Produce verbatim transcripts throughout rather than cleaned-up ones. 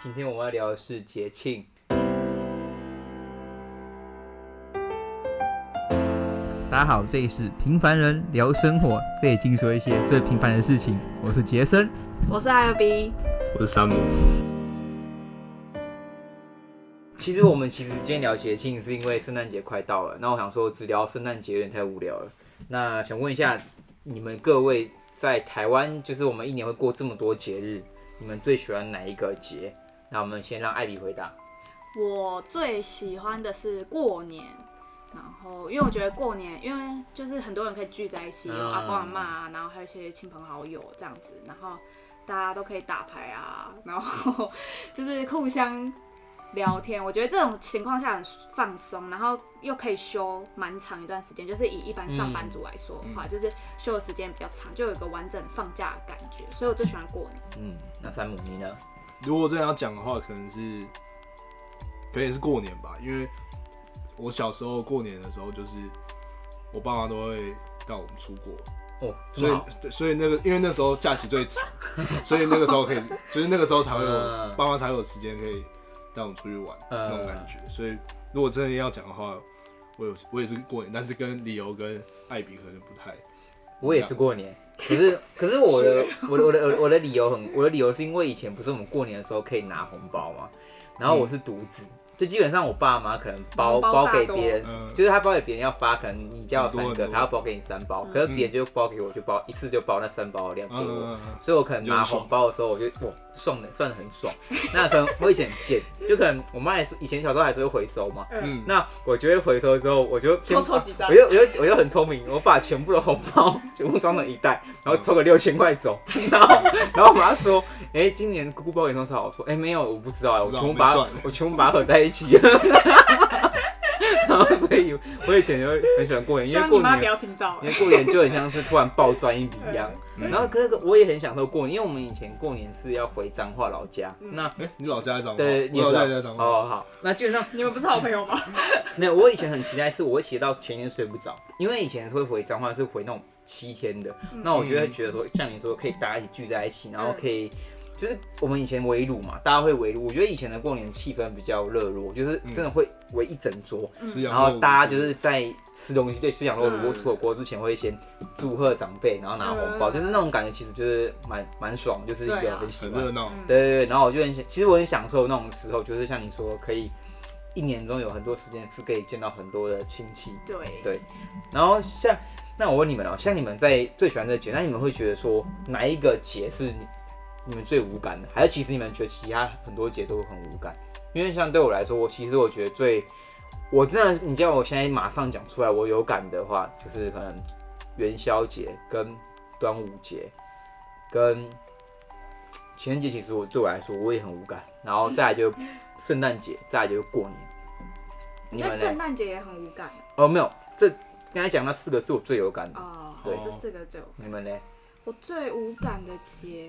今天我们要聊的是节庆。大家好，这里是平凡人聊生活，这里尽说一些最平凡的事情。我是杰森， 我是艾尔 B， 我是山姆。 其实我们其实今天聊节庆，是因为圣诞节快到了。那我想说，只聊圣诞节有点太无聊了。那想问一下，你们各位在台湾，就是我们一年会过这么多节日，你们最喜欢哪一个节？那我们先让艾比回答。 我最喜欢的是过年，然后因为我觉得过年，因为就是很多人可以聚在一起，有阿公阿嬷啊，然后还有一些亲朋好友这样子，然后大家都可以打牌啊，然后就是互相聊天。我觉得这种情况下很放松，然后又可以休蛮长一段时间，就是以一般上班族来说的话，嗯、就是休的时间比较长，就有一个完整放假的感觉，所以我最喜欢过年。 嗯，那山姆你呢？ 如果真的要讲的话，可能是，可能也是过年吧，因为我小时候过年的时候，就是我爸妈都会带我们出国。 哦， 所以所以那个，因为那时候假期最长，所以那个时候可以，就是那个时候才会有、嗯、爸妈才有时间可以带我们出去玩、嗯、那种感觉。所以如果真的要讲的话，我有我也是过年，但是跟理由跟艾比可能不太。 我也是过年，可是可是我的我的我的我的理由很，我的理由是因为以前不是我们过年的时候可以拿红包嘛，然后我是独子。嗯，就基本上我爸妈可能包包给别人，嗯、就是他包给别人要发，可能你叫我三个，他要包给你三包，嗯、可是别人就包给我，就包一次就包那三包的量给我，嗯嗯、所以我可能拿红包的时候，我就哇算的算的很爽。那可能我以前很贱，就可能我妈以前小时候还是会回收嘛，嗯、那我就会回收之后，我就先抽抽几张， 我就我就我就很聪明，我把全部的红包全部装成一袋，然后抽个六千块走，然后然后我妈说，哎、欸，今年姑姑包给多少？我说，哎、欸，没有，我不知道，我全部把我全部把它合在一起。然后，所以我以前就很喜欢过年，因为过年，因为过年就很像是突然暴赚一笔一样。嗯、然后，可是我也很享受过年，因为我们以前过年是要回彰化老家。嗯、那、 欸、你老家在彰化？ 对，你老家在彰化。 哦，好，那基本上你们不是好朋友吗？ 没有，我以前很期待，是我会期待到前天睡不着，因为以前会回彰化是回那种七天的。嗯、那我就会觉得说，像你说，可以大家一起聚在一起，然后可以。就是我们以前围炉嘛，大家会围炉。我觉得以前的过年气氛比较热络，就是真的会围一整桌，嗯、然后大家就是在吃东西，在吃羊肉炉、吃火锅之前会先祝贺长辈，然后拿红包，嗯、就是那种感觉，其实就是蛮蛮爽，就是一个很喜欢， 很热闹。 对对对，然后我就很，其实我很享受那种时候，就是像你说，可以一年中有很多时间是可以见到很多的亲戚。 对对，然后像那我问你们哦，像你们在最喜欢的节，那你们会觉得说哪一个节是你？你们最无感的，还是其实你们觉得其他很多节都很无感？因为像对我来说，我其实我觉得最，我真的，你叫我现在马上讲出来我有感的话，就是可能元宵节跟端午节跟情人节，其实我对我来说我也很无感。然后再来就圣诞节，再来就是过年。 你对圣诞节也很无感？ 哦，没有，这刚才讲那四个是我最有感的。 哦，对，这四个最有感。 你们呢？ 我最无感的节。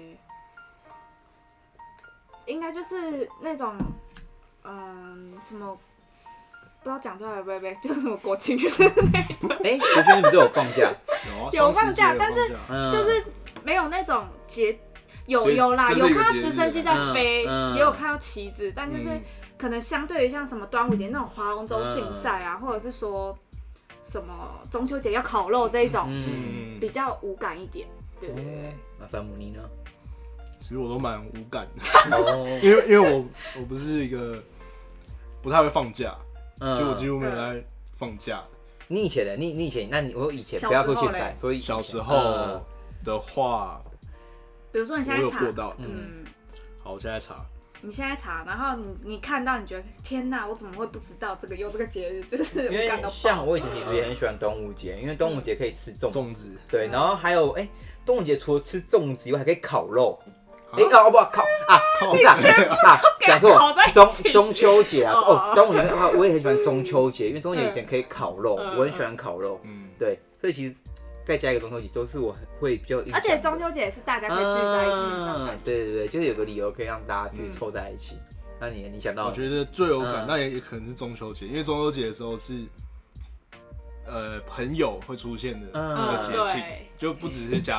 应该就是那种，嗯，什么不知道讲出来会不会，就是什么国庆日那种。 哎、欸，国庆日不是有放假？ 有放假，但是就是没有那种节，有有啦，有看到直升机在飞，嗯嗯、也有看到旗子，但就是可能相对于像什么端午节那种划龙舟竞赛啊，嗯、或者是说什么中秋节要烤肉这一种，嗯、比较无感一点，对不对？欸、 那山姆你呢？ 其实我都蛮无感的，因为因为我我不是一个不太会放假，嗯、就我几乎没有在放假。 你以前的，你你以前，那你我以前不要说现在，所以小时候的话， 比如说你现在查， 我有过到，嗯，好，我现在查。 你现在查，然后你你看到，你觉得天哪，我怎么会不知道这个有这个节日？就是因为像我以前其实也很喜欢端午节，因为端午节可以吃粽粽子， 对，然后还有哎，端午节除了吃粽子以外，还可以烤肉。哎、欸，哦不，烤啊，不是啊，啊，讲错，中中秋节啊，哦，端午节的话，我也很喜欢中秋节，因为中秋节以前可以烤肉，嗯、我很喜欢烤肉，嗯，对，所以其实再加一个中秋节，都是我会比较， 而且中秋节是大家可以聚在一起的、 嗯，对对对，就是有个理由可以让大家去凑在一起。嗯、那你你想到？ 我觉得最有感，那、嗯、也可能是中秋节，因为中秋节的时候是。呃，朋友会出现的那个节庆，嗯、就不只是家人，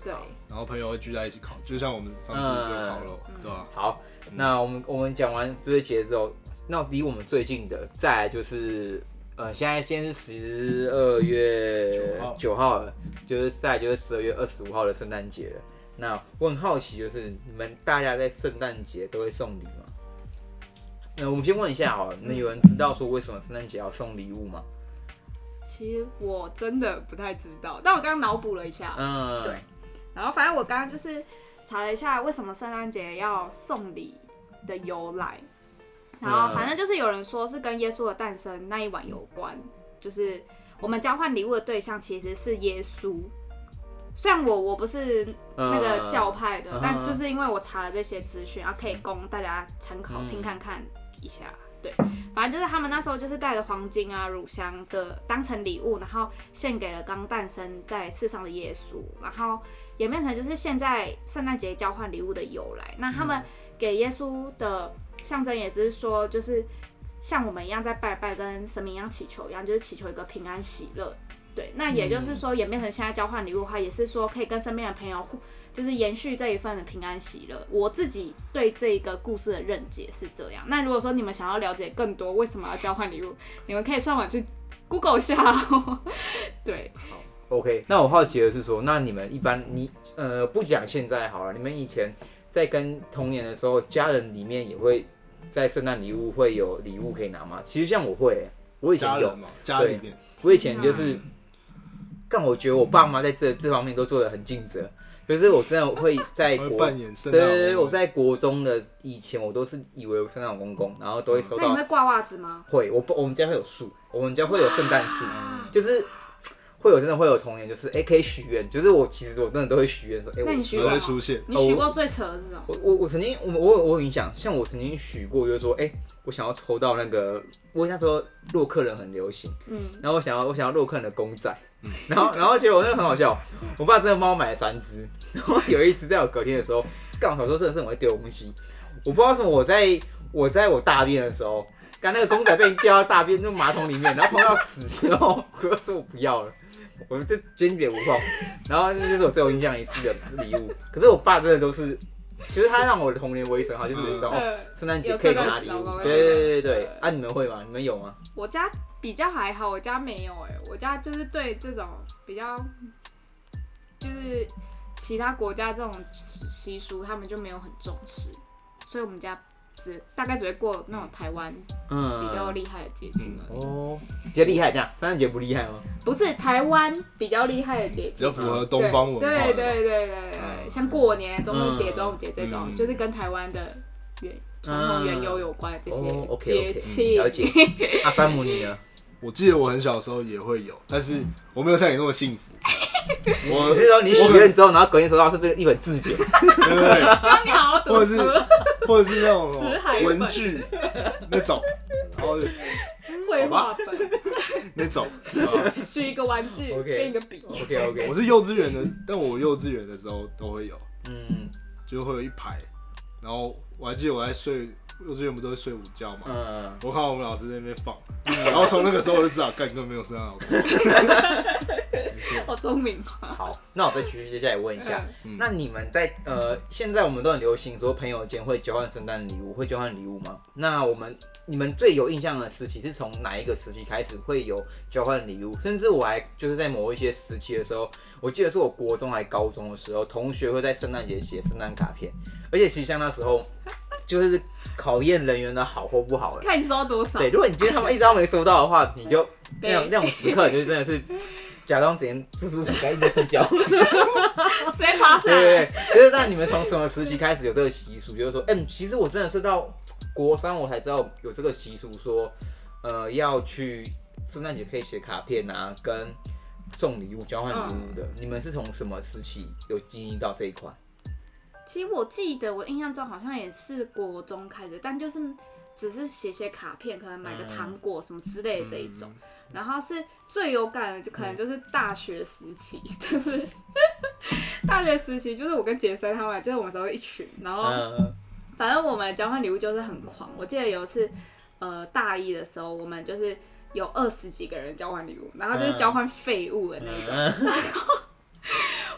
对， 然后朋友会聚在一起烤，就像我们上次就烤肉，嗯、对吧、啊？ 好，那我们我们讲完这些节之后，那离我们最近的，再来就是呃，现在今天是十二月九号了，就是再来就是十二月二十五号的圣诞节了。那我很好奇，就是你们大家在圣诞节都会送礼吗？那我们先问一下好了，那有人知道说为什么圣诞节要送礼物吗？ 其实我真的不太知道，但我刚刚脑补了一下， 嗯， 对。然后反正我刚刚就是查了一下为什么圣诞节要送礼的由来，然后反正就是有人说是跟耶稣的诞生那一晚有关，就是我们交换礼物的对象其实是耶稣。虽然我我不是那个教派的，uh, 但就是因为我查了这些资讯，啊，可以供大家参考听看看一下。对，反正就是他们那时候就是带着黄金啊、乳香的当成礼物，然后献给了刚诞生在世上的耶稣，然后演变成就是现在圣诞节交换礼物的由来。那他们给耶稣的象征也是说，就是像我们一样在拜拜，跟神明一样祈求一样，就是祈求一个平安喜乐。对，那也就是说演变成现在交换礼物的话，也是说可以跟身边的朋友就是延续这一份的平安喜乐。我自己对这个故事的认解是这样。那如果说你们想要了解更多为什么要交换礼物，你们可以上网去 Google 一下哦。对， 好 ，OK。那我好奇的是说，那你们一般你呃不讲现在好了，你们以前在跟童年的时候，家人里面也会在圣诞礼物会有礼物可以拿吗？其实像我会、欸，我以前有， 家里面， 我以前就是。但我觉得我爸妈在这这方面都做得很尽责，可是我真的会在国扮演圣诞老公公。 对对对，我在国中的以前，我都是以为我圣诞老公公，然后都会收到。 那你会挂袜子吗？ 会，我我们家会有树，我们家会有圣诞树，就是会有真的会有童年，就是哎、欸、可以许愿，就是我其实我真的都会许愿说，哎、欸、 那你许什么？会出现？ 你许过最扯的是什么？ 我我我曾经我我我有印象，像我曾经许过，就是说，哎、欸，我想要抽到那个，我那时候洛克人很流行，嗯，然后我想要我想要洛克人的公仔。然后，然后结果那个很好笑，我爸真的帮我买了三只，然后有一只在我隔天的时候，刚好小时候真的是很会丢东西，我不知道为什么我在我在我大便的时候，刚那个公仔被掉到大便那马桶里面，然后碰到屎之后，我就说我不要了，我就坚决不碰，然后这就是我最有印象一次的礼物。可是我爸真的都是，就是他让我的童年回忆很好，就是知道哦，圣诞节可以拿礼物，对对对对，啊你们会吗？你们有吗？ 我家。比较还好，我家没有哎、欸，我家就是对这种比较，就是其他国家这种习俗，他们就没有很重视，所以我们家只大概只会过那种台湾比较厉害的节庆而已。嗯、 哦，比较厉害这样，圣诞节不厉害吗？ 不是，台湾比较厉害的节庆， 比较符合东方文化。 对对对对对对，嗯、像过年、中秋节、端午节这种，嗯、就是跟台湾的原传统原由有关的这些节庆。 了解。阿山姆你呢？ 我记得我很小的时候也会有，但是我没有像你那么幸福。 我是说你许愿之后，然后隔天收到是不是一本字典？对不对？ 希望你好好读书。 或者是或者是那种文具那种，然后绘画本那种， 许一个玩具，给你个笔。 OK OK。 我是幼稚园的，但我幼稚园的时候都会有，嗯，就会有一排，然后我还记得我在睡。幼稚园不都会睡午觉嘛？嗯，我看我们老师在那边放，然后从那个时候我就知道，干根本没有圣诞老公。 好聪明。 好，那我再继续接下来问一下，嗯、那你们在呃，现在我们都很流行说朋友间会交换圣诞礼物，会交换礼物吗？那我们你们最有印象的时期是从哪一个时期开始会有交换礼物？甚至我还就是在某一些时期的时候，我记得是我国中还高中的时候，同学会在圣诞节写圣诞卡片，而且其实像那时候就是考验人缘的好或不好了， 看你收到多少。 对，如果你今天他们一直都没收到的话，你就那种那种时刻，就真的是假装之前不舒服，赶紧在睡觉， 直接爬上来。 对对对，就是那你们从什么时期开始有这个习俗？就是说，嗯，其实我真的是到国三我才知道有这个习俗，说呃要去圣诞节可以写卡片啊，跟送礼物、交换礼物的。嗯、你们是从什么时期有经历到这一块？ 其实我记得，我印象中好像也是国中开始，但就是只是写写卡片，可能买个糖果什么之类的这一种。嗯、然后是最有感的，就可能就是大学时期，嗯、就是大学时期，就是我跟杰森他们，就是我们都是一群，然后、嗯、反正我们交换礼物就是很狂。我记得有一次，呃，大一的时候，我们就是有二十几个人交换礼物，然后就是交换废物的那种。嗯、然后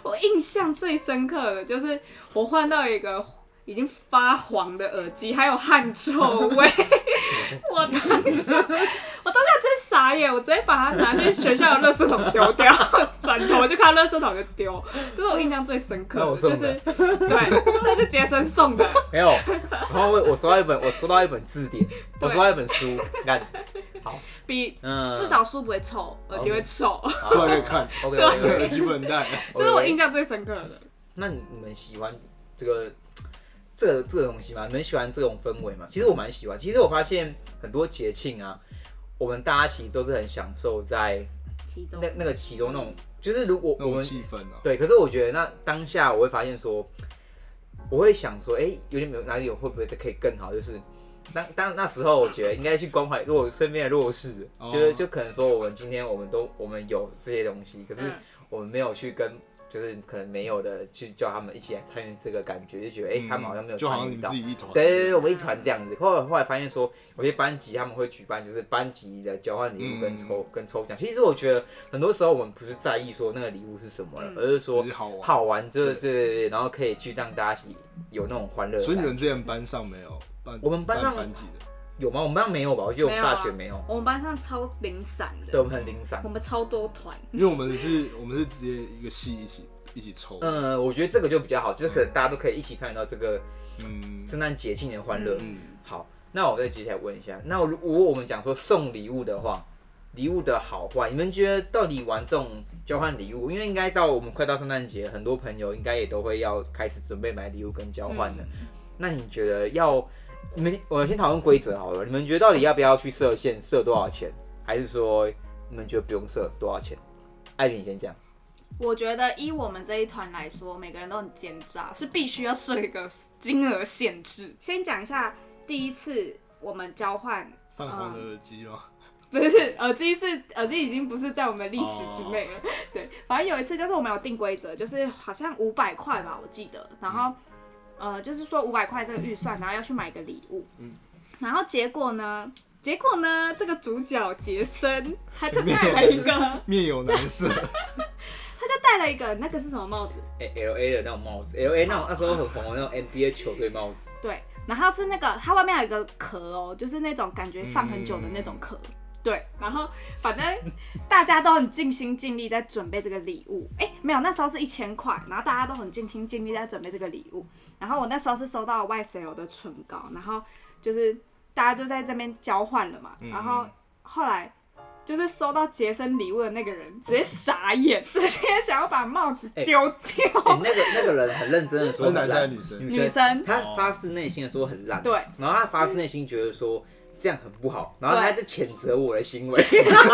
我印象最深刻的就是我换到一个已经发黄的耳机，还有汗臭味。我当时，我当下真傻眼，我直接把它拿去学校的垃圾桶丢掉，转头就看到垃圾桶就丢，这是我印象最深刻的。 我送的， 就是对，那是杰森送的。 没有，然后我我收到一本，我收到一本字典，我收到一本书，看，好， 比嗯，至少书不会臭，耳机会臭， 出来可以看 ，OK， 耳机不能戴， 这是我印象最深刻的。 那你们喜欢这个？这个这个东西嘛，你们喜欢这种氛围吗？其实我蛮喜欢。其实我发现很多节庆啊，我们大家其实都是很享受在其中那那个其中那种，就是如果我们气氛啊， 对。可是我觉得那当下我会发现说，我会想说，哎、欸，有点没有哪里有会不会可以更好？就是当当那时候，我觉得应该去关怀弱身边的弱势， 哦、 就是就可能说我们今天我们都我们有这些东西，可是我们没有去跟。就是可能没有的，去叫他们一起来参与这个感觉，就觉得哎、欸，他们好像没有参与到， 就好像你自己一团， 对对对，我们一团这样子。后来后来发现说，有些班级他们会举办就是班级的交换礼物跟抽、嗯、跟抽奖。其实我觉得很多时候我们不是在意说那个礼物是什么了，嗯、而是说好玩这这，然后可以去让大家一起有那种欢乐。 所以你们之前班上没有班？ 我们班上班级的。 有吗？我们班上没有吧？我记得我们大学没有。 没有啊、我们班上超零散的。 对，我们很零散。 我们超多团。 因为我们是，我们是直接一个系一起一起抽。 嗯，我觉得这个就比较好，就是可能大家都可以一起参与到这个圣诞节庆的欢乐。嗯，好，那我再接下来问一下，那如果我们讲说送礼物的话，礼物的好坏，你们觉得到底玩这种交换礼物，因为应该到我们快到圣诞节，很多朋友应该也都会要开始准备买礼物跟交换的。嗯、那你觉得要？你们，我先讨论规则好了。你们觉得到底要不要去设限，设多少钱？还是说你们觉得不用设多少钱？艾琳，你先讲。 我觉得依我们这一团来说，每个人都很奸诈，是必须要设一个金额限制。先讲一下第一次我们交换泛黄的耳机吗？ 不是，耳机是耳机已经不是在我们历史之内了。Oh. 对，反正有一次就是我们有定规则，就是好像五百块吧，我记得，然后。嗯呃，就是说五百块这个预算，然后要去买个礼物，嗯，然后结果呢，结果呢，这个主角杰森他就戴了一个面有难色， 他就戴了一个那个是什么帽子？ 哎 ，L A 的那种帽子 ，L A 那种那时候很红的那种 N B A 球队帽子。 对，然后是那个它外面有一个壳哦，就是那种感觉放很久的那种壳。嗯对，然后反正大家都很尽心尽力在准备这个礼物。哎，没有，那时候是一千块，然后大家都很尽心尽力在准备这个礼物。然后我那时候是收到 Y S L 的唇膏，然后就是大家就在这边交换了嘛。然后后来就是收到杰森礼物的那个人直接傻眼，直接想要把帽子丢掉。 欸欸、那个那个人很认真的说， 男生还是女生？ 女生。 他发自内心的说很烂。 对。 然后他发自内心觉得说。这样很不好，然后他在谴责我的行为， 因为因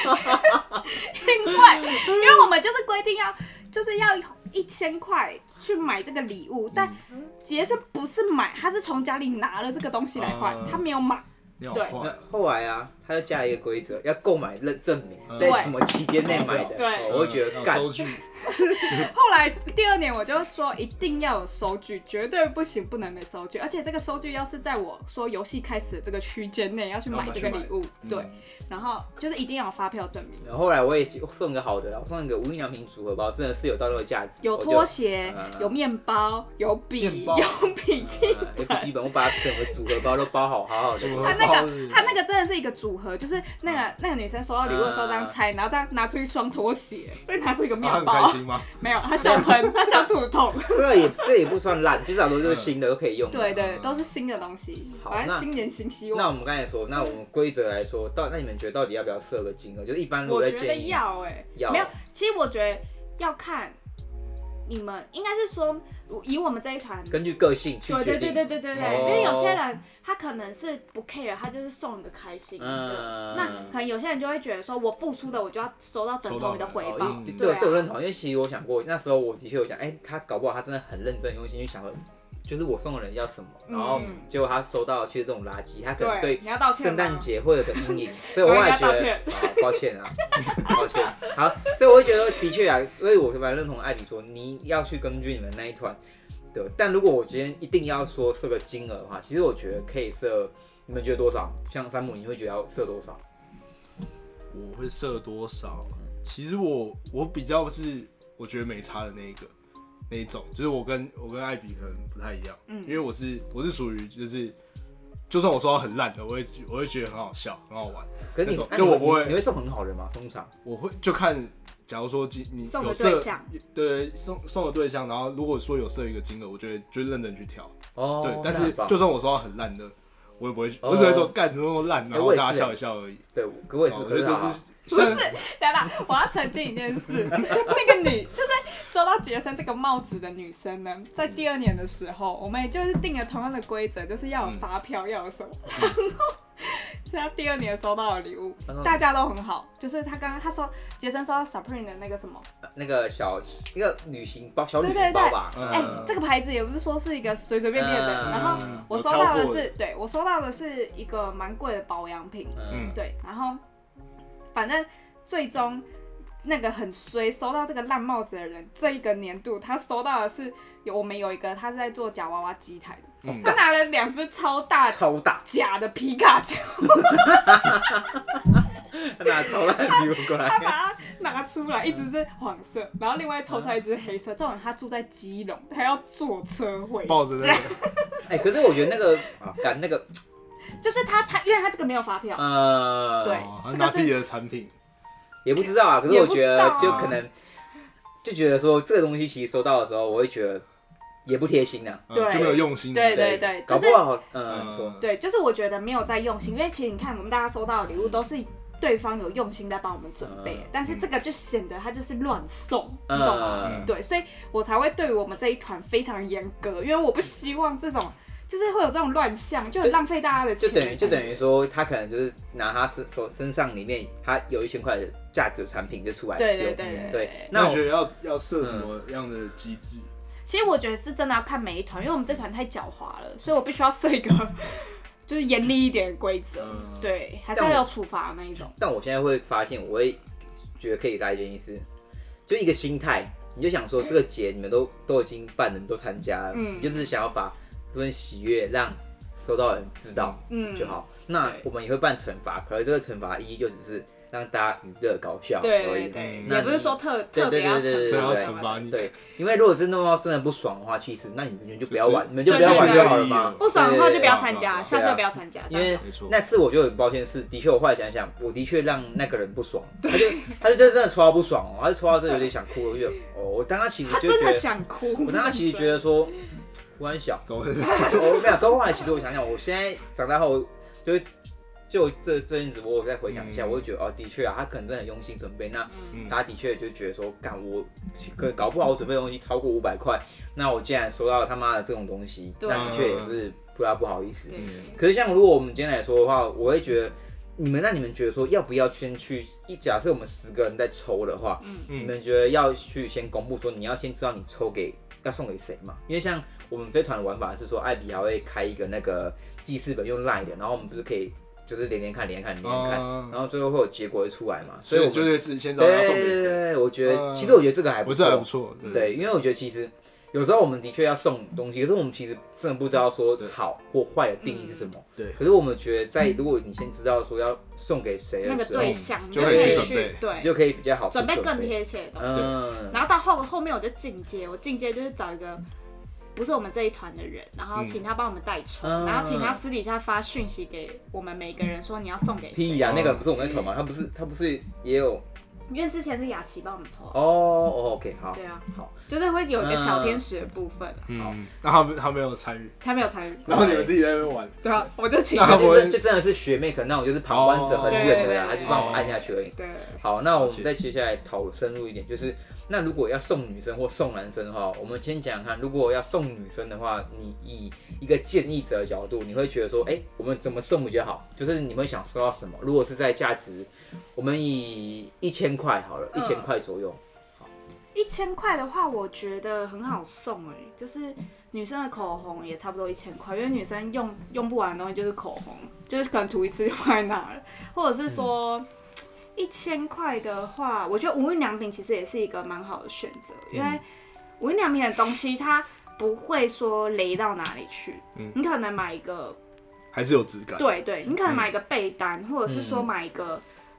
为我们就是规定要就是要一千块去买这个礼物，但杰森不是买，他是从家里拿了这个东西来换，他没有买。对， 那后来啊，他又加一个规则，要购买认证明，在什么期间内买的， 对， 我会觉得干。 收据。 后来第二年我就说一定要有收据，绝对不行，不能没收据，而且这个收据要是在我说游戏开始的这个区间内要去买这个礼物，对，嗯、然后就是一定要有发票证明。 然后后来我也送个好的，我送一个无印良品组合包，真的是有到那个价值， 有拖鞋，呃、有面包，有笔，有笔记本， 笔记本我把整个组合包都包好，好好的。 他那个他那个真的是一个组合，就是那个那个女生收到礼物的时候这样拆，然后再拿出一双拖鞋，再拿出一个面包。没有，他小喷，他小土桶。 这个也这也不算烂，至少都是新的，都可以用的。 对对，都是新的东西。反正新年新希望。 那我们刚才说，那我们规则来说，到那你们觉得到底要不要设个金额？就是一般如果在建议， 我觉得要哎、欸，要没有。其实我觉得要看你们，应该是说以我们这一团， 根据个性去决定。 对对对对对对，因为有些人他可能是不 care， 他就是送你个开心的。嗯、那可能有些人就会觉得说，我付出的我就要收到等同于的回报。 哦、对，啊、这我认同。因为其实我想过，那时候我的确有想，哎、欸，他搞不好他真的很认真用心去想说。就是我送的人要什么，然后结果他收到其实这种垃圾，他可能对圣诞节会有个阴影，所以我会觉得，啊，抱歉啊，抱歉。好，所以我会觉得的确啊，所以我蛮认同艾比说，你要去根据你们那一团的，但如果我今天一定要说设个金额的话，其实我觉得可以设，你们觉得多少？像山姆，你会觉得要设多少？ 我会设多少？其实我我比较是我觉得没差的那一个那一种，就是我跟我跟艾比可能不太一样，嗯，因为我是我是属于就是，就算我收到很烂的，我会我会觉得很好笑，很好玩。 可是你就我不会， 你会送很好的吗？通常我会就看，假如说你送有设对象， 对送送的对象，然后如果说有设一个金额，我觉得就认真去挑。 哦， 对，但是就算我收到很烂的，我也不会，哦、我只会说干怎么那么烂，然后大家笑一笑而已。 对，可我也是， 我觉得都是。 不是，等等，我要澄清一件事，那个女就是收到杰森这个帽子的女生呢，在第二年的时候，我们也就是定了同样的规则，就是要有发票，嗯、要有什么，然后所以他第二年收到的礼物，嗯、大家都很好，就是他刚刚他说杰森收到 Supreme 的那个什么， 那个小一个旅行包，小旅行包吧， 哎、嗯欸，这个牌子也不是说是一个随随便便的，嗯、然后我收到的是，对我收到的是一个蛮贵的保养品，嗯，对，然后。反正最终那个很衰收到这个烂帽子的人，这一个年度他收到的是有我们有一个他是在做夹娃娃机台的，嗯、他拿了两只超大超大假的皮卡丘， 他拿超大的礼物过来， 他把它拿出来，一只是黄色，然后另外抽出来一只黑色。这种他住在基隆，他要坐车回家， 抱着那个， 哎，可是我觉得那个啊，干那个。 就是他，他因为他这个没有发票， 呃， 对， 他拿自己的产品， 也不知道啊。可是我觉得，就可能就觉得说，这个东西其实收到的时候，我会觉得也不贴心啊， 对， 就没有用心， 对对对， 搞不好，嗯，说， 对，就是我觉得没有在用心，因为其实你看，我们大家收到的礼物都是对方有用心在帮我们准备，但是这个就显得他就是乱送，你懂吗？对，所以我才会对于我们这一团非常严格，因为我不希望这种。就是会有这种乱象，就很浪费大家的钱。 就等于就等于说，他可能就是拿他手身上里面他有一千块的价值的产品就出来丢。 对对对对。 那我觉得要要设什么样的机制？ 其实我觉得是真的要看每一团，因为我们这团太狡猾了，所以我必须要设一个就是严厉一点的规则。嗯、对，还是要有处罚的那一种。 但我现在会发现，我会觉得可以给大家建议是，就一个心态，你就想说这个节你们都都已经办了，都参加了，嗯、你就是想要把。这份喜悦让收到的人知道就好。嗯、那我们也会办惩罚，可是这个惩罚意义就只是让大家娱乐搞笑而已。 对对，也不是说特特别要惩罚你。 对，因为如果真的要真的不爽的话，其实那你们就不要玩，你们就不要玩就好了嘛。 不爽的话就不要参加，下次不要参加。 因为那次我就很抱歉，是的确我后来想想，我的确让那个人不爽，他就他就真的抽到不爽哦，他就抽到真的有点想哭，我就哦，我当他其实就觉得他真的想哭， 我当他其实觉得说。我很小，我没有。跟后来其实我想想，我现在长大后，就就这最近直播，我再回想一下，嗯、我就觉得哦，的确啊，他可能真的很用心准备。那、嗯、他的确就觉得说，干我可搞不好我准备的东西超过五百块，那我竟然收到他妈的这种东西，那的确也是不大不好意思。嗯、可是像如果我们今天来说的话，我会觉得。你们那你们觉得说要不要先去？假设我们十个人在抽的话，嗯、你们觉得要去先公布说你要先知道你抽给要送给谁嘛？因为像我们这团的玩法是说，艾比还会开一个那个记事本用 Line 的，然后我们不是可以就是连连看、连连看、连连看，嗯、然后最后会有结果会出来嘛？所以我就会自己先知道要送给谁。 对，我觉得、嗯、其实我觉得这个还不错， 还不错。 对，对，因为我觉得其实。有时候我们的确要送东西，可是我们其实真的不知道说好或坏的定义是什么。对。可是我们觉得，在如果你先知道说要送给谁的时候， 那个对象就可以去准备， 对， 就可以比较好准备更贴切的东西。嗯。然后到后后面我就进阶，我进阶就是找一个不是我们这一团的人，然后请他帮我们代抽，嗯、然后请他私底下发讯息给我们每个人说你要送给谁。 屁呀，那个不是我们那团吗？他不是他不是也有。 因为之前是雅琪帮我们抽哦哦 ，OK 好， 对啊， 好， 就是会有一个小天使的部分， 嗯，那他他没有参与， 他没有参与， 然后你们自己在那边玩， 对啊，我就请， 那就就真的是学妹，可能那种就是旁观者很远的啦，他就帮我按下去而已。 对， 好，那我们再接下来讨深入一点，就是那如果要送女生或送男生的话，我们先讲讲看，如果要送女生的话，你以一个建议者的角度，你会觉得说，哎，我们怎么送比较好？就是你会想收到什么？如果是在价值，我们以一千块好了，一千块左右。好， 一千块的话，我觉得很好送哎、欸，就是女生的口红也差不多一千块，因为女生用用不完的东西就是口红，就是可能涂一次就放在那了，或者是说一千块的话，我觉得无印良品其实也是一个蛮好的选择，因为无印良品的东西它不会说雷到哪里去，嗯、你可能买一个还是有质感， 对对，你可能买一个被单，嗯、或者是说买一个。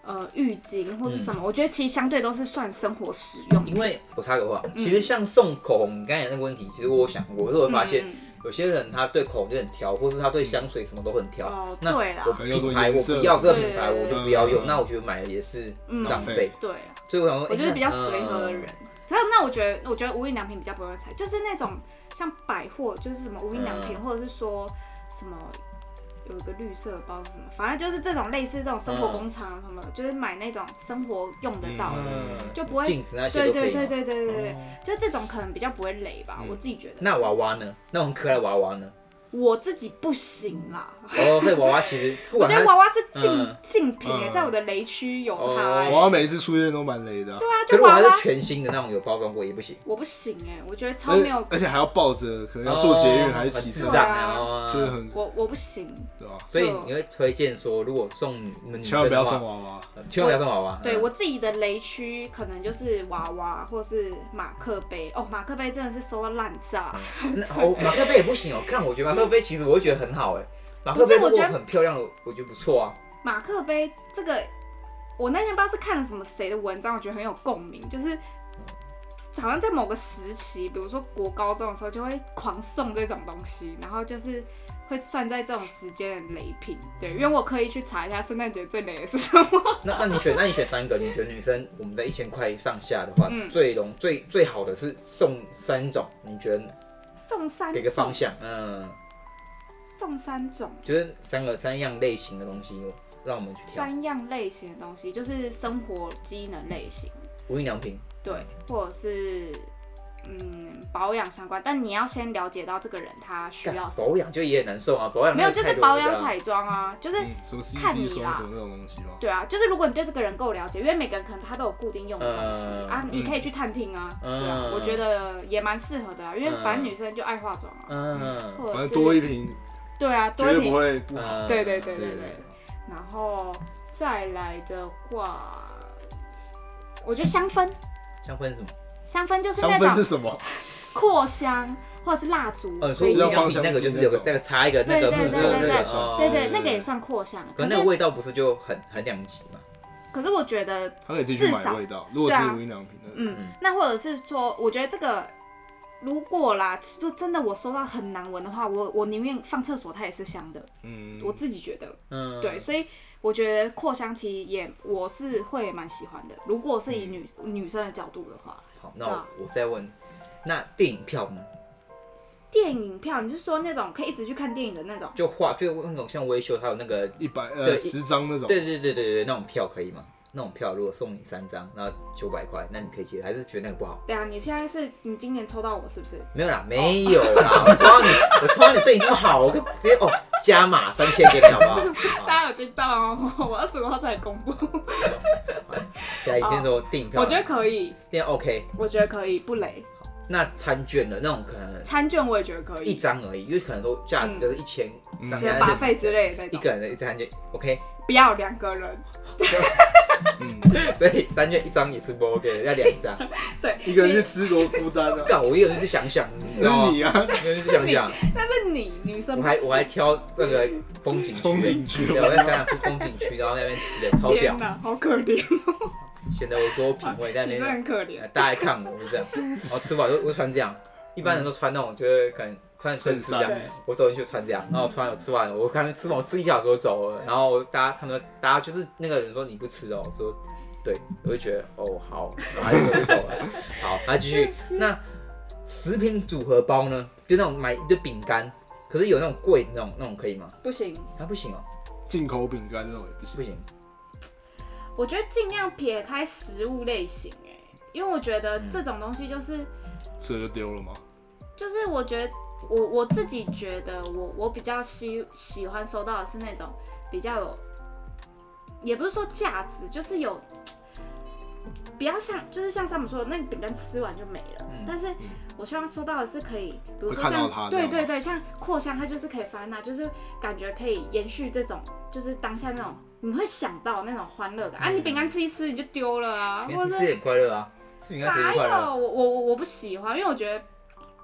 呃浴巾或是什么，嗯、我觉得其实相对都是算生活实用。 因为我插个话，嗯、其实像送口红，你刚才那个问题，其实我有想过，我是会发现。嗯有些人他对口红就很挑，或是他对香水什么都很挑。 哦， 那对啦， 我品牌我不要这个品牌，我就不要用。那我觉得买了也是浪费。 对， 所以我想说， 我就是比较随和的人。但是那我觉得，我觉得无印良品比较不会踩，就是那种像百货，就是什么无印良品，或者是说什么。有一个绿色的包是什么，反正就是这种类似这种生活工厂什么，嗯、就是买那种生活用得到的，嗯、就不会镜子那些都可以。 对对对对对对，哦、就这种可能比较不会雷吧，嗯、我自己觉得。 那娃娃呢？那种可爱的娃娃呢？ 我自己不行啦。 哦，所以娃娃其实不管， 我觉得娃娃是竞竞品哎，在我的雷区有它。 娃娃每一次出现都蛮雷的。 对啊，就娃娃是全新的那种有包装过也不行。 我不行哎，我觉得超没有， 而且还要抱着，可能要坐捷运还是骑车， 就是很我我不行， 对吧？ 所以你会推荐说，如果送你们千万不要送娃娃， 千万不要送娃娃。 对我自己的雷区可能就是娃娃或是马克杯哦，马克杯真的是收到烂炸。 哦，马克杯也不行哦，看我觉得马克杯其实我会觉得很好哎。马克杯如果很漂亮的，我觉得不错啊。 马克杯这个，我那天不知道是看了什么谁的文章，我觉得很有共鸣，就是好像在某个时期，比如说国高中的时候，就会狂送这种东西，然后就是会算在这种时间的雷品。对，因为我可以去查一下圣诞节最雷的是什么。 那那你选，那你选三个，你觉得女生我们在一千块上下的话，嗯、最容最最好的是送三种，你觉得？ 送三种， 给个方向，嗯。 送三种， 就是三个三样类型的东西，让我们去挑。 三样类型的东西就是生活机能类型， 无印良品， 对，或者是嗯保养相关，但你要先了解到这个人他需要什么。 保养就也很难送啊，保养没有就是保养彩妆啊，就是看你啦， 那种东西吗？ 对啊，就是如果你对这个人够了解，因为每个人可能他都有固定用的东西、嗯、啊，你可以去探听啊，嗯、对啊，我觉得也蛮适合的啊，因为反正女生就爱化妆啊，嗯，或者是多一瓶。 对啊，多一瓶不会不好。 对对对对对。然后再来的话，我觉得香氛。 香氛是什么？ 香氛就是那种。 香氛是什么？ 扩香或者是蜡烛。 哦，所以香槟那个就是有个那个插一个那个木头的那个， 对对，那个也算扩香。 可那个味道不是就很很两极吗？ 可是我觉得， 他可以自己去买味道。如果是无印良品的， 嗯，那或者是说，我觉得这个。如果啦，就真的我收到很难闻的话，我我宁愿放厕所，它也是香的。嗯，我自己觉得，嗯，对，所以我觉得扩香其实也我是会蛮喜欢的。如果是以女、嗯、女生的角度的话， 好，那 我,、啊、我再问，那电影票呢？ 电影票，你是说那种可以一直去看电影的那种？ 就画就那种像微秀，它有那个一百呃十张那种。 对对对对对，那种票可以吗？那种票如果送你三张，然后九百块，那你可以接，还是觉得那个不好？ 对啊，你现在是你今年抽到我是不是？ 没有啦，没有啦，我抽到你，我抽到你对你这么好，我就直接哦加码三千给你好不好？ 大家有听到哦，我二十五号才公布。 对，以前说电影票， 我觉得可以， 电 OK， 我觉得可以，不雷。 那餐券的那种可能， 餐券我也觉得可以， 一张而已，因为可能说价值就是一千张， 就是把费之类的那种， 一个人的一餐券 OK。 不要两个人， 嗯，所以三券一张也是不 OK 的，要两张。 对， 一个人去吃多孤单啊！ 干，我一个人去想想，你知道吗？ 你啊， 一个人去想想。 但是你女生， 我还我还挑那个风景区， 风景区， 对，我在想想去风景区，然后在那边吃的超屌。 天哪，好可怜。 显得我多品味在那边， 真的很可怜。 大家看我就这样，然后吃饱就我穿这样，一般人都穿那种就是可能。穿衬衫这样，我走进去穿这样，然后突然我吃完了，我看吃完我吃一小时我走了，然后大家他们大家就是那个人说你不吃哦，我说对，我就觉得哦好，然后就走了。好，他继续。那食品组合包呢？就那种买一堆饼干，可是有那种贵的那种那种可以吗？ 不行， 它不行哦。 进口饼干那种也不行。 不行。 我觉得尽量撇开食物类型哎，因为我觉得这种东西就是吃了就丢了吗？ 就是我觉得。我我自己觉得我，我比较喜喜欢收到的是那种比较有，也不是说价值，就是有，比较像，就是像他们说的，那个饼干吃完就没了。嗯、但是我希望收到的是可以，比如说像，对对对，像扩香，它就是可以放那，就是感觉可以延续这种，就是当下那种你会想到那种欢乐感、嗯、啊！你饼干吃一吃你就丢了啊， 或者吃也快乐啊，吃饼干吃也快乐。 我我我不喜欢，因为我觉得。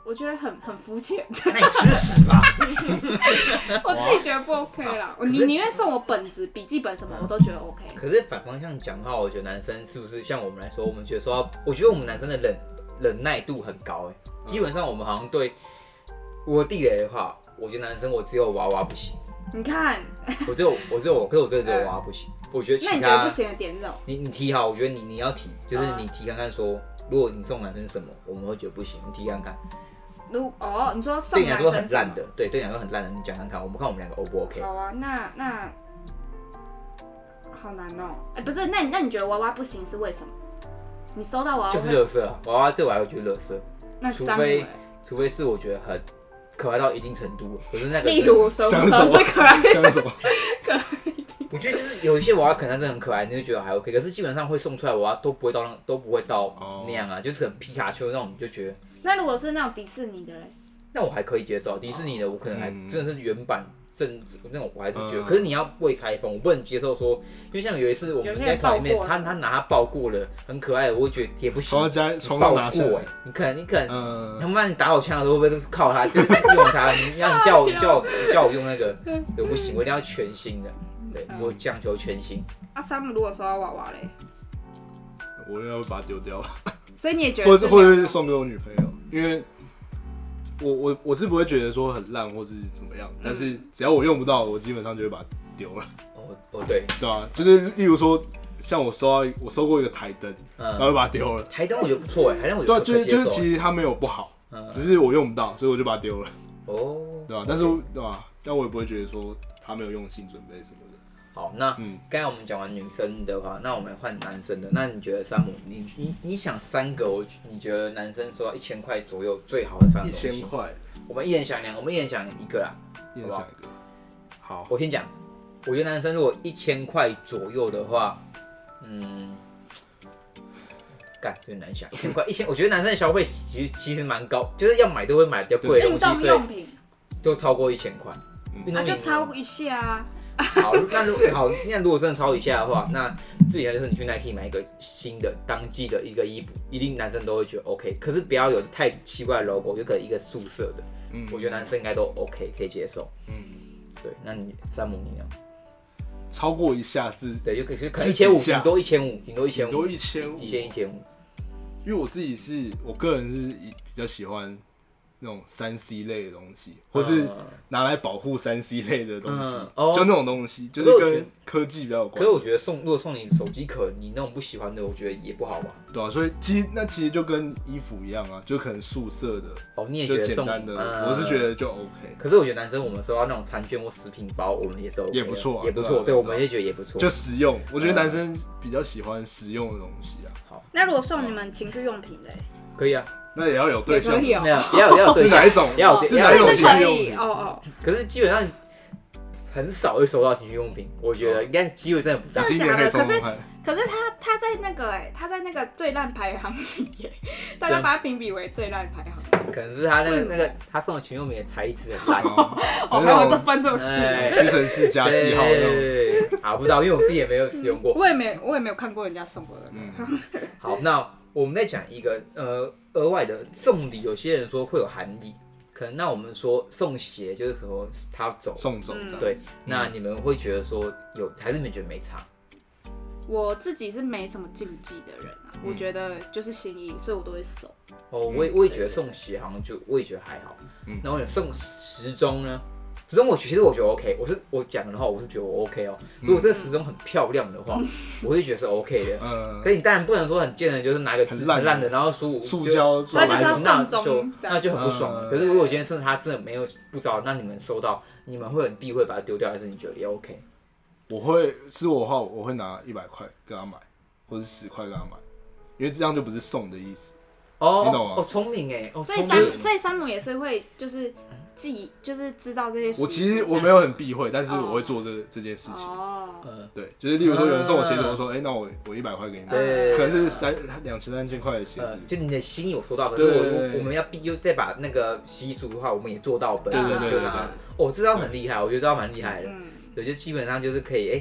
我觉得很很肤浅。 那你吃屎吧！ 我自己觉得不 OK 啦。你宁愿送我本子、笔记本什么，我都觉得 OK。 可是反方向讲的话，我觉得男生是不是像我们来说，我们觉得说，我觉得我们男生的忍忍耐度很高哎。基本上我们好像对我地雷的话，我觉得男生我只有娃娃不行。 你看， 我只有我只有我，可是我真的只有娃娃不行。我觉得其他那你觉得不行的点是什么？ 你你提好，我觉得你你要提，就是你提看看说，如果你送男生什么，我们会觉得不行，你提看看。 如哦，你说送对你来说很男生烂的，对，对你来说很烂的，你讲看看，我们看我们两个 O 不 OK？ 好啊，那那好难哦。哎，不是，那你那你觉得娃娃不行是为什么？你收到娃娃就是垃圾啊，娃娃对我来说就是垃圾。 那除非除非是我觉得很可爱到一定程度，可是那个例如什么是可爱的， 像什么？ 可爱我觉得就是有一些娃娃可能真的很可爱，你就觉得还 OK， 可是基本上会送出来娃娃都不会到那都不会到那样啊，就是很皮卡丘那种，你就觉得。 那如果是那种迪士尼的嘞？ 那我还可以接受，迪士尼的我可能还真的是原版正那种，我还是觉得。 嗯、 可是你要未拆封，我不能接受说，因为像有一次我们在团里面，他他拿他爆过了，很可爱的，我会觉得也不行。 床家床爆拿过哎，你可能你可能， 嗯， 他妈你打我枪的时候会不会就是靠他，就是用他？你要你叫我叫我叫我用那个，对不行，我一定要全新的，对我讲求全新。 啊，山姆如果收到娃娃嘞， 我应该会把它丢掉。 所以你也觉得？ 或者或者是送给我女朋友，因为。我我我是不会觉得说很烂或是怎么样，嗯、但是只要我用不到，我基本上就会把它丢了。 哦哦对， 对啊，就是例如说，像我收到我收过一个台灯，嗯、然后就把它丢了。 台灯我觉得不错哎，台灯我觉得对，就是就是其实它没有不好，嗯、只是我用不到，所以我就把它丢了。哦，对吧？但是对吧？但我也不会觉得说他没有用心准备什么的。 好，那刚才我们讲完女生的话，那我们换男生的。那你觉得山姆，你你你想三个，我你觉得男生收到一千块左右最好的三个东西？ 一千块， 我们一人想两，我们一人想一个啦， 一人想一个。好， 我先讲，我觉得男生如果一千块左右的话，嗯，干有点难想，一千块，一千，我觉得男生的消费其实其实蛮高，就是要买都会买比较贵的东西， 用品就超过一千块， 那、嗯、就超一下啊。 好，那如好，那如果真的超一下的话，那最简单就是你去 Nike 买一个新的当季的一个衣服，一定男生都会觉得 OK。可是不要有太奇怪的 logo， 有可能一个素色的，嗯，我觉得男生应该都 OK， 可以接受。嗯，对。那你山姆你呢？ 超过一下是？ 对，就可是可能一千五，顶多一千五，顶多一千五， 顶多一千五， 极限一千五。 因为我自己是我个人是比较喜欢。那种三 C 类的东西，或是拿来保护三 C 类的东西，嗯哦、就那种东西，就是跟科技比较有关。 可是我觉得送，如果送你手机壳，你那种不喜欢的，我觉得也不好吧。 对啊，所以其实那其实就跟衣服一样啊，就可能素色的， 哦，你也觉得就简单的，嗯、我是觉得就 OK。 可是我觉得男生我们收到那种餐券或食品包，我们也是 OK， 也不错、啊， 也不错，对，对我们也觉得也不错， 就实用。我觉得男生比较喜欢实用的东西啊。 好， 那如果送你们情趣用品嘞？ 可以啊。 那也要有对象， 也可以哦，也要也要对象， 是哪一种？ 要是哪一种情趣用品？哦哦。 可是基本上很少会收到情趣用品，我觉得应该机会真的不大。 真的假的？可是可是他他在那个哎，他在那个最烂排行里耶，大家把他评比为最烂排行。 可能是他那个那个他送的情趣用品的材质很烂哦，还有这分这么细， 屈臣氏加记号那种。啊，不知道，因为我自己也没有使用过， 我也没我也没有看过人家送过的。 嗯，好，那我们再讲一个呃。额外的送礼，有些人说会有含义，可能那我们说送鞋就是说他走送走这样， 对，那你们会觉得说有，还是你们觉得没差？ 我自己是没什么禁忌的人啊，嗯、我觉得就是心意，所以我都会收。 哦，我也我也觉得送鞋好像就我也觉得还好，嗯，然后你送时钟呢？时钟我其实我觉得 OK， 我是我讲的话我是觉得我 OK 哦。如果这个时钟很漂亮的话，嗯、我会觉得是 OK 的。嗯，可是你当然不能说很贱的，就是拿个很烂的，然后输塑胶， 那就是要送就那就很不爽。嗯、可是如果今天是他真的没有不知道，那你们收到，你们会很避讳把它丢掉，还是你觉得也 OK？ 我会是我的话，我会拿一百块跟他买，或者十块跟他买，因为这样就不是送的意思。 哦，你懂吗？哦，聪明哎，哦， 所以山所以山姆也是会就是记，就是知道这些事。 我其实我没有很避讳，但是我会做这这件事情。哦，嗯，对，就是例如说有人送我鞋子，我说，哎、欸，那我我一百块给你，可能是三两千三千块的鞋子， 就你的心意我收到，可是我我们要必又再把那个习俗的话，我们也做到本， 对对对对对。 哦，这招很厉害，我觉得这招蛮厉害的。嗯，对，就基本上就是可以，哎、欸，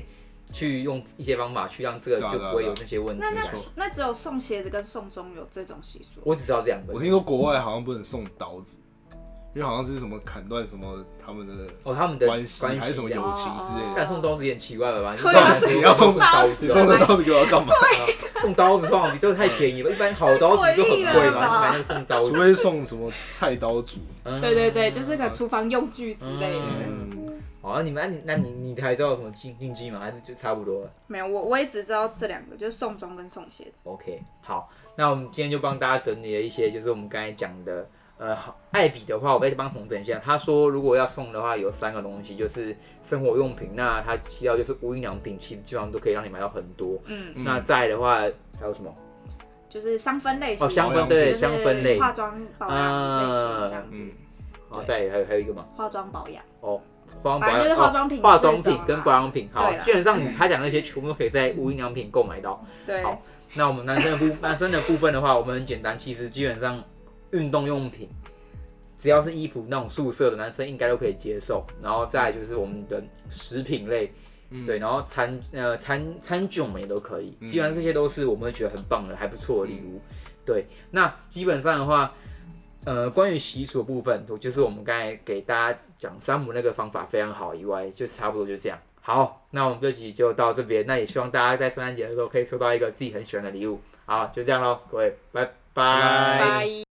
去用一些方法去让这个就不会有那些问题。 那那那只有送鞋子跟送钟有这种习俗？ 我只知道这两个。 我听说国外好像不能送刀子，因为好像是什么砍断什么他们的哦他们的关系还是什么友情之类的。 但送刀子也很奇怪了吧？ 你要送刀子， 你送这刀子给我要干嘛？ 送刀子放比这个太便宜了，一般好刀子就很贵嘛，你买那个送刀子， 除非送什么菜刀组。 对对对，就是个厨房用具之类的。 好，那你们那你那你你还知道什么禁禁忌吗？还是就差不多了？ 没有，我我也只知道这两个，就是送钟跟送鞋子。 OK， 好，那我们今天就帮大家整理了一些，就是我们刚才讲的。呃，艾比的话，我再帮统整一下。他说，如果要送的话，有三个东西，就是生活用品。那他提到就是无印良品，其实基本上都可以让你买到很多。嗯，那再来的话还有什么？ 就是香氛类型。 哦，香氛对，香氛类， 化妆保养类型这样子。嗯， 然后再还有还有一个嘛？ 化妆保养。 哦，化妆保养， 就是化妆品、 化妆品跟保养品。好，基本上他讲那些全部都可以在无印良品购买到。 对。 好，那我们男生的部男生的部分的话，我们很简单，其实基本上。运动用品，只要是衣服那种素色的男生应该都可以接受。然后再来就是我们的食品类，嗯、对，然后餐呃餐餐具我们也都可以。基本上这些都是我们会觉得很棒的、还不错的礼物。对，那基本上的话，呃，关于习俗的部分，就是我们刚才给大家讲山姆那个方法非常好以外，就差不多就这样。好，那我们这集就到这边。那也希望大家在圣诞节的时候可以收到一个自己很喜欢的礼物。好，就这样咯，各位，拜拜。 拜。